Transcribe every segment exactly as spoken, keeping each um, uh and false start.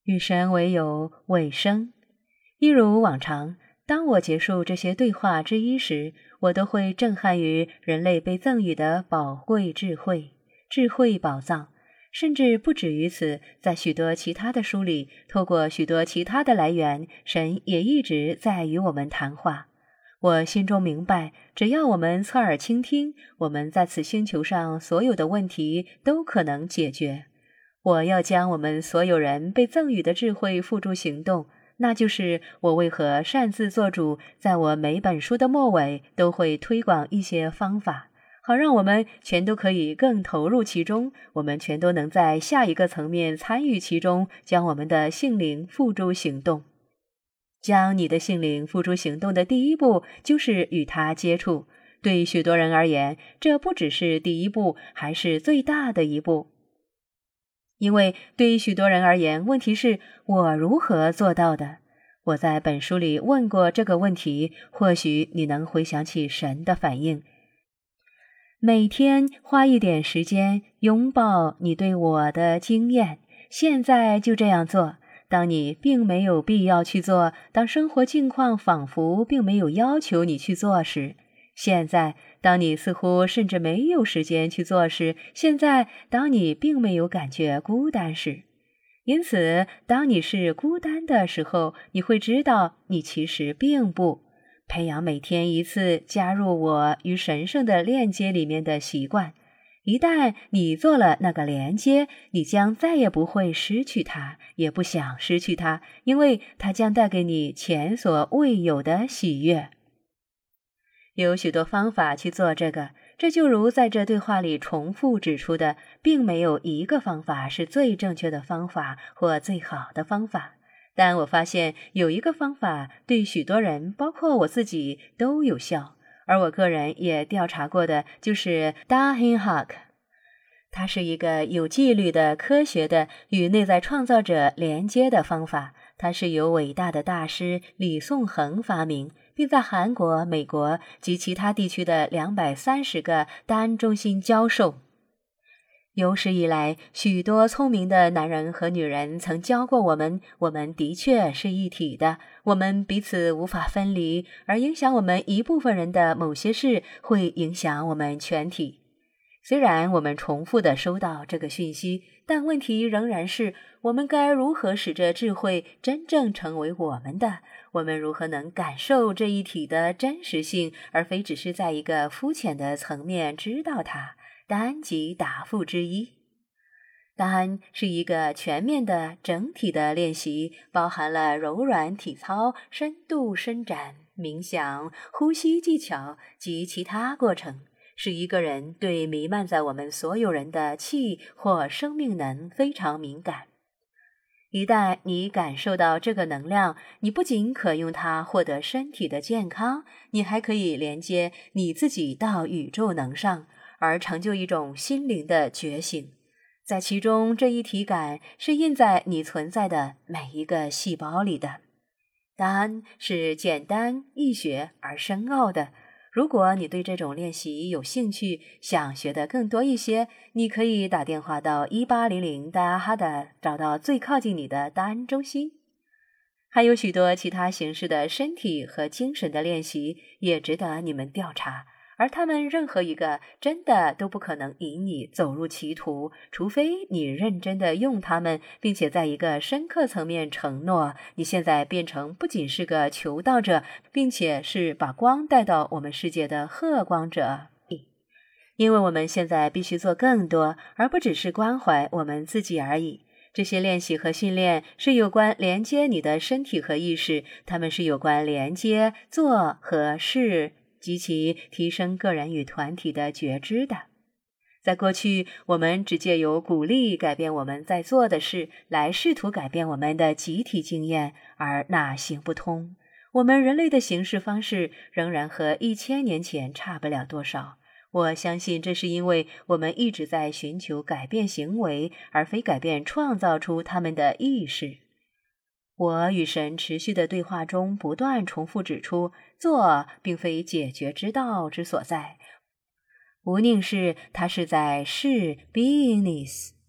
与神为友，尾声。一如往常，当我结束这些对话之一时，我都会震撼于人类被赠予的宝贵智慧、智慧宝藏。甚至不止于此，在许多其他的书里，透过许多其他的来源，神也一直在与我们谈话。我心中明白，只要我们侧耳倾听，我们在此星球上所有的问题都可能解决。我要将我们所有人被赠予的智慧付诸行动，那就是我为何擅自做主，在我每本书的末尾都会推广一些方法，好让我们全都可以更投入其中，我们全都能在下一个层面参与其中，将我们的性灵付诸行动。将你的性灵付诸行动的第一步就是与它接触。对许多人而言，这不只是第一步，还是最大的一步。因为对于许多人而言，问题是我如何做到的？我在本书里问过这个问题，或许你能回想起神的反应。每天花一点时间拥抱你对我的经验，现在就这样做。当你并没有必要去做，当生活境况仿佛并没有要求你去做时，现在当你似乎甚至没有时间去做时，现在当你并没有感觉孤单时。因此，当你是孤单的时候，你会知道你其实并不。培养每天一次加入我与神圣的链接里面的习惯，一旦你做了那个连接，你将再也不会失去它，也不想失去它，因为它将带给你前所未有的喜悦。有许多方法去做这个，这就如在这对话里重复指出的，并没有一个方法是最正确的方法或最好的方法。但我发现有一个方法对许多人，包括我自己都有效，而我个人也调查过的就是 Dahin Hak。 它是一个有纪律的、科学的与内在创造者连接的方法。它是由伟大的大师李颂恒发明，并在韩国、美国及其他地区的两百三十个单中心教授。有史以来，许多聪明的男人和女人曾教过我们，我们的确是一体的，我们彼此无法分离，而影响我们一部分人的某些事会影响我们全体。虽然我们重复地收到这个讯息，但问题仍然是，我们该如何使这智慧真正成为我们的？我们如何能感受这一体的真实性，而非只是在一个肤浅的层面知道它？答案即答复之一。答案是一个全面的整体的练习，包含了柔软体操、深度伸展、冥想、呼吸技巧及其他过程，是一个人对弥漫在我们所有人的气或生命能非常敏感。一旦你感受到这个能量，你不仅可用它获得身体的健康，你还可以连接你自己到宇宙能上，而成就一种心灵的觉醒。在其中，这一体感是印在你存在的每一个细胞里的。答案是简单易学而深奥的。如果你对这种练习有兴趣，想学得更多一些，你可以打电话到一八零零大哈的，找到最靠近你的答案中心。还有许多其他形式的身体和精神的练习也值得你们调查，而他们任何一个真的都不可能引你走入歧途，除非你认真的用它们，并且在一个深刻层面承诺，你现在变成不仅是个求道者，并且是把光带到我们世界的贺光者。因为我们现在必须做更多，而不只是关怀我们自己而已。这些练习和训练是有关连接你的身体和意识，它们是有关连接做和事及其提升个人与团体的觉知的。在过去，我们只借由鼓励改变我们在做的事，来试图改变我们的集体经验，而那行不通。我们人类的行事方式仍然和一千年前差不了多少。我相信这是因为我们一直在寻求改变行为，而非改变创造出他们的意识。我与神持续的对话中不断重复指出，做并非解决之道之所在，无宁是它是在是 beingness。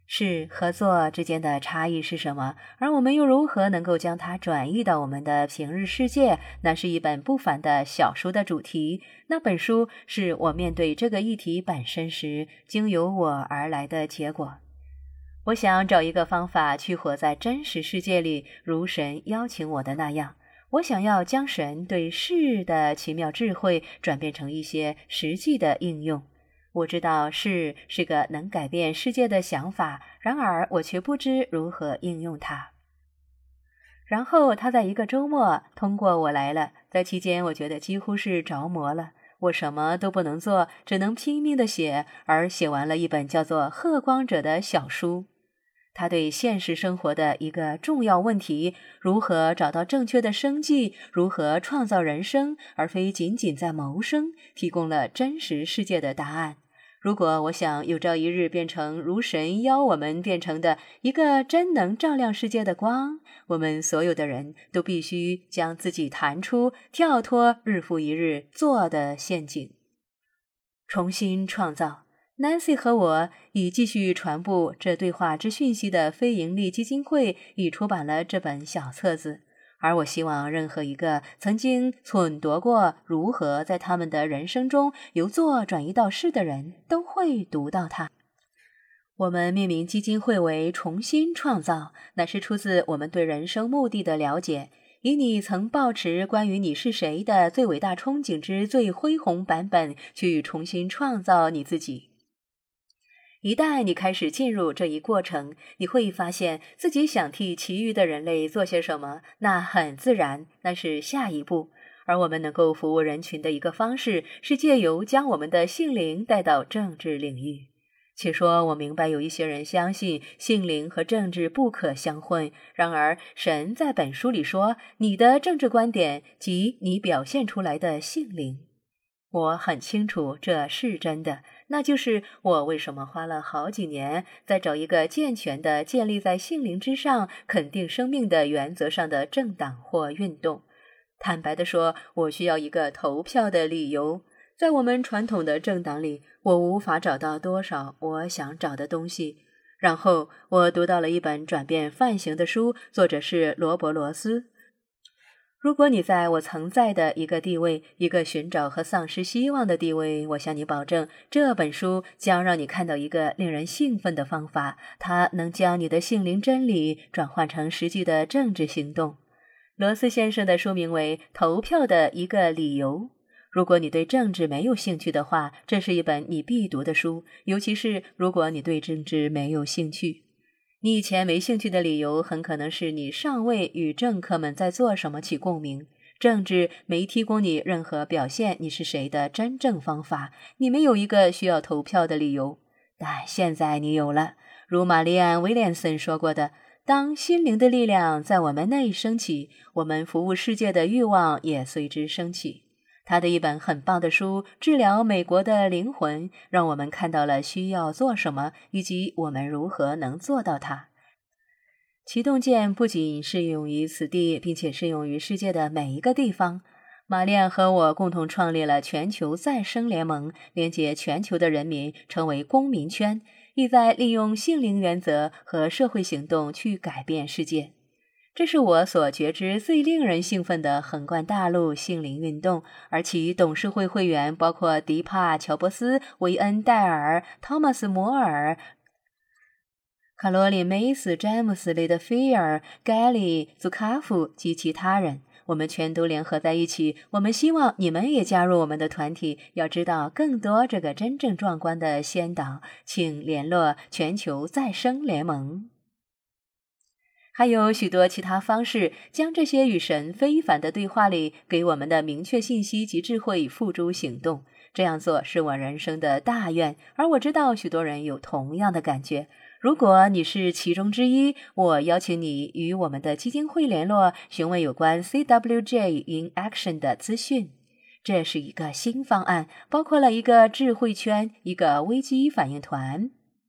是和做之间的差异是什么？而我们又如何能够将它转移到我们的平日世界？那是一本不凡的小书的主题。那本书是我面对这个议题本身时，经由我而来的结果。我想找一个方法去活在真实世界里，如神邀请我的那样。我想要将神对事的奇妙智慧转变成一些实际的应用。我知道是是个能改变世界的想法，然而我却不知如何应用它。然后他在一个周末通过我来了，在期间我觉得几乎是着魔了。我什么都不能做，只能拼命地写，而写完了一本叫做《贺光者》的小书。他对现实生活的一个重要问题，如何找到正确的生计，如何创造人生，而非仅仅在谋生，提供了真实世界的答案。如果我想有朝一日变成如神邀我们变成的一个真能照亮世界的光，我们所有的人都必须将自己弹出，跳脱日复一日做的陷阱，重新创造。Nancy 和我以继续传播这对话之讯息的非营利基金会已出版了这本小册子，而我希望任何一个曾经忖度过如何在他们的人生中由做转移到事的人都会读到它。我们命名基金会为重新创造，乃是出自我们对人生目的的了解，以你曾抱持关于你是谁的最伟大憧憬之最恢宏版本去重新创造你自己。一旦你开始进入这一过程，你会发现自己想替其余的人类做些什么，那很自然，那是下一步。而我们能够服务人群的一个方式，是借由将我们的性灵带到政治领域。且说我明白有一些人相信性灵和政治不可相混，然而神在本书里说，你的政治观点即你表现出来的性灵。我很清楚这是真的，那就是我为什么花了好几年在找一个健全的建立在性灵之上肯定生命的原则上的政党或运动。坦白地说，我需要一个投票的理由。在我们传统的政党里，我无法找到多少我想找的东西。然后我读到了一本转变范型的书，作者是罗伯罗斯。如果你在我曾在的一个地位，一个寻找和丧失希望的地位，我向你保证，这本书将让你看到一个令人兴奋的方法，它能将你的性灵真理转换成实际的政治行动。罗斯先生的书名为《投票的一个理由》。如果你对政治没有兴趣的话，这是一本你必读的书，尤其是如果你对政治没有兴趣。你以前没兴趣的理由很可能是你尚未与政客们在做什么起共鸣，政治没提供你任何表现你是谁的真正方法，你没有一个需要投票的理由。但现在你有了，如玛丽安·威廉森说过的，当心灵的力量在我们内升起，我们服务世界的欲望也随之升起。他的一本很棒的书《治疗美国的灵魂》让我们看到了需要做什么，以及我们如何能做到它。启动键不仅适用于此地，并且适用于世界的每一个地方。玛丽安和我共同创立了全球再生联盟，连接全球的人民成为公民圈，意在利用性灵原则和社会行动去改变世界。这是我所觉知最令人兴奋的横贯大陆性灵运动，而其董事会会员包括迪帕·乔伯斯、韦恩·戴尔、汤马斯·摩尔、卡罗琳·梅斯、詹姆斯·雷德菲尔、盖里·祖卡夫及其他人。我们全都联合在一起，我们希望你们也加入我们的团体。要知道更多这个真正壮观的先导，请联络全球再生联盟。还有许多其他方式，将这些与神非凡的对话里给我们的明确信息及智慧付诸行动。这样做是我人生的大愿，而我知道许多人有同样的感觉。如果你是其中之一，我邀请你与我们的基金会联络，询问有关 C W J in Action 的资讯。这是一个新方案，包括了一个智慧圈，一个危机反应团，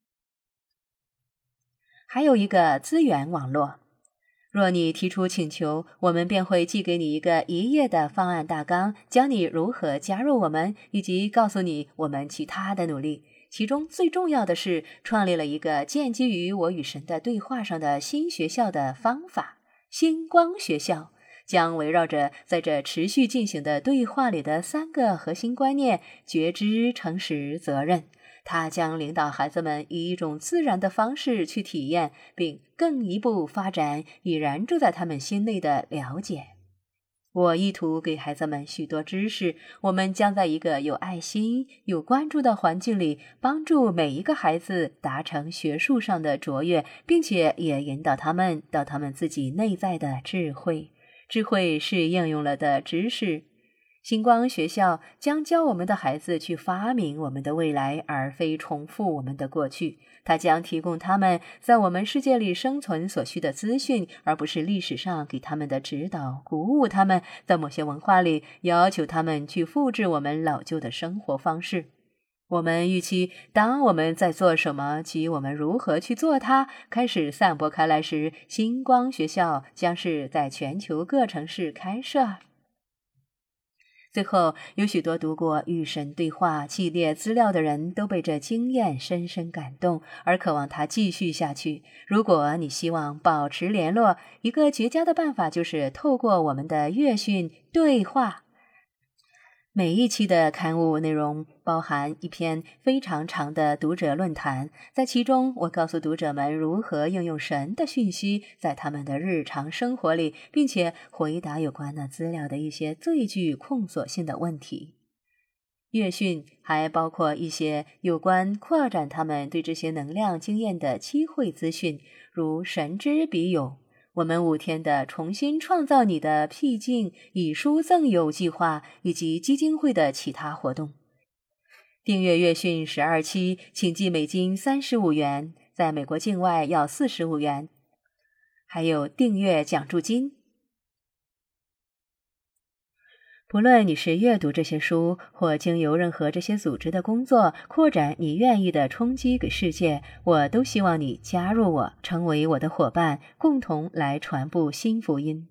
还有一个资源网络。若你提出请求，我们便会寄给你一个一页的方案大纲，教你如何加入我们，以及告诉你我们其他的努力。 其中最重要的是创立了一个建基于我与神的对话上的新学校的方法——星光学校，将围绕着在这持续进行的对话里的三个核心观念：觉知、诚实、责任。它将领导孩子们以一种自然的方式去体验，并更一步发展已然住在他们心内的了解。我意图给孩子们许多知识，我们将在一个有爱心、有关注的环境里，帮助每一个孩子达成学术上的卓越，并且也引导他们到他们自己内在的智慧。智慧是应用了的知识。星光学校将教我们的孩子去发明我们的未来，而非重复我们的过去。它将提供他们在我们世界里生存所需的资讯，而不是历史上给他们的指导，鼓舞他们在某些文化里要求他们去复制我们老旧的生活方式。我们预期，当我们在做什么及我们如何去做它开始散播开来时，星光学校将是在全球各城市开设。最后，有许多读过《与神对话》系列资料的人都被这经验深深感动，而渴望它继续下去。如果你希望保持联络，一个绝佳的办法就是透过我们的月讯对话。每一期的刊物内容包含一篇非常长的读者论坛，在其中我告诉读者们如何应用神的讯息在他们的日常生活里，并且回答有关的资料的一些最具控索性的问题。月讯还包括一些有关扩展他们对这些能量经验的机会资讯，如神之笔友，我们五天的重新创造你的僻静以书赠友计划，以及基金会的其他活动。订阅月讯十二期，请寄美金三十五元，在美国境外要四十五元。还有订阅奖助金。不论你是阅读这些书，或经由任何这些组织的工作，扩展你愿意的冲击给世界，我都希望你加入我，成为我的伙伴，共同来传播新福音。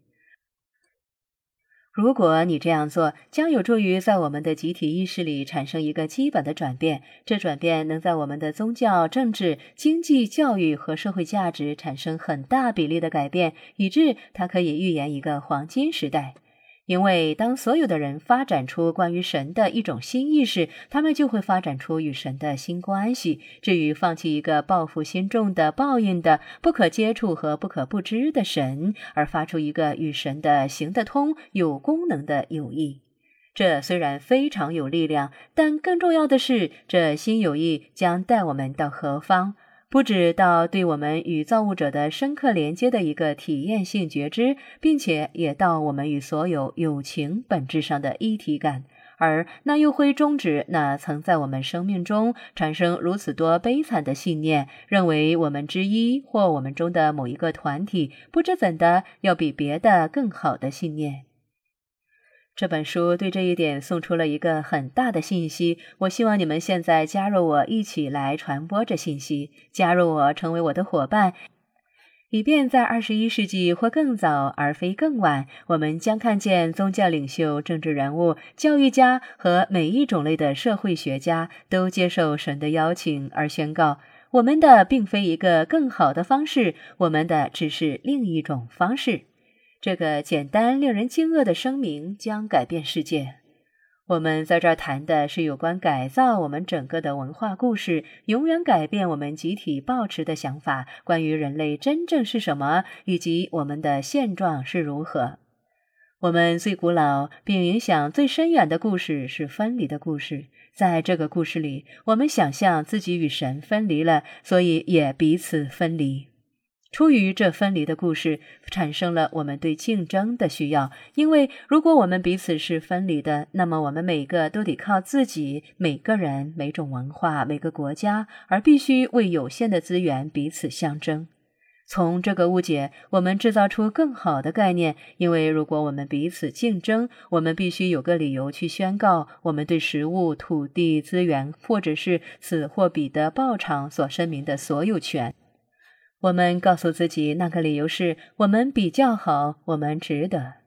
如果你这样做，将有助于在我们的集体意识里产生一个基本的转变，这转变能在我们的宗教、政治、经济、教育和社会价值产生很大比例的改变，以致它可以预言一个黄金时代。因为当所有的人发展出关于神的一种新意识，他们就会发展出与神的新关系。至于放弃一个报复心重的、报应的、不可接触和不可不知的神，而发出一个与神的行得通、有功能的友谊。这虽然非常有力量，但更重要的是，这新友谊将带我们到何方？不止到对我们与造物者的深刻连接的一个体验性觉知，并且也到我们与所有友情本质上的一体感，而那又会终止那曾在我们生命中产生如此多悲惨的信念，认为我们之一或我们中的某一个团体不知怎的要比别的更好的信念。这本书对这一点送出了一个很大的信息，我希望你们现在加入我一起来传播这信息，加入我成为我的伙伴，以便在二十一世纪或更早而非更晚，我们将看见宗教领袖、政治人物、教育家和每一种类的社会学家都接受神的邀请而宣告，我们的并非一个更好的方式，我们的只是另一种方式。这个简单令人惊愕的声明将改变世界。我们在这儿谈的是有关改造我们整个的文化故事，永远改变我们集体抱持的想法，关于人类真正是什么，以及我们的现状是如何。我们最古老并影响最深远的故事是分离的故事。在这个故事里，我们想象自己与神分离了，所以也彼此分离。出于这分离的故事，产生了我们对竞争的需要，因为如果我们彼此是分离的，那么我们每个都得靠自己，每个人、每种文化、每个国家，而必须为有限的资源彼此相争。从这个误解，我们制造出更好的概念，因为如果我们彼此竞争，我们必须有个理由去宣告我们对食物、土地、资源，或者是此或彼的报偿所声明的所有权。我们告诉自己，那个理由是我们比较好，我们值得。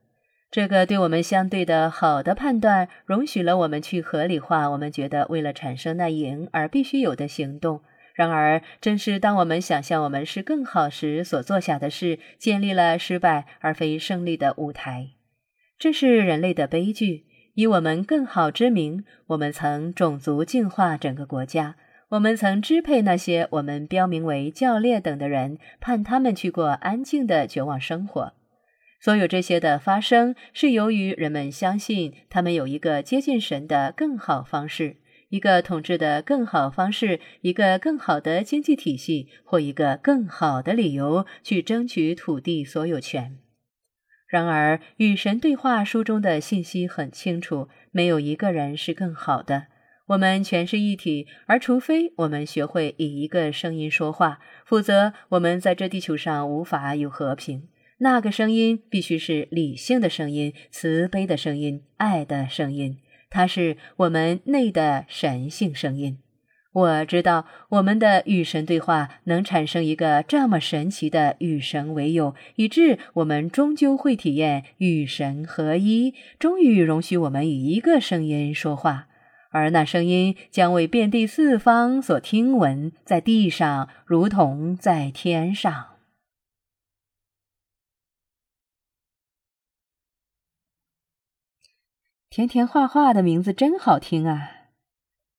这个对我们相对的好的判断，容许了我们去合理化我们觉得为了产生那赢而必须有的行动。然而，正是当我们想象我们是更好时所做下的事，建立了失败而非胜利的舞台。这是人类的悲剧。以我们更好之名，我们曾种族净化整个国家，我们曾支配那些我们标明为教练等的人，盼他们去过安静的绝望生活。所有这些的发生，是由于人们相信他们有一个接近神的更好方式，一个统治的更好方式，一个更好的经济体系，或一个更好的理由去争取土地所有权。然而，与神对话书中的信息很清楚，没有一个人是更好的。我们全是一体，而除非我们学会以一个声音说话，否则我们在这地球上无法有和平。那个声音必须是理性的声音，慈悲的声音，爱的声音，它是我们内的神性声音。我知道我们的与神对话能产生一个这么神奇的与神为友，以致我们终究会体验与神合一，终于容许我们以一个声音说话，而那声音将为遍地四方所听闻，在地上如同在天上。甜甜画画的名字真好听啊！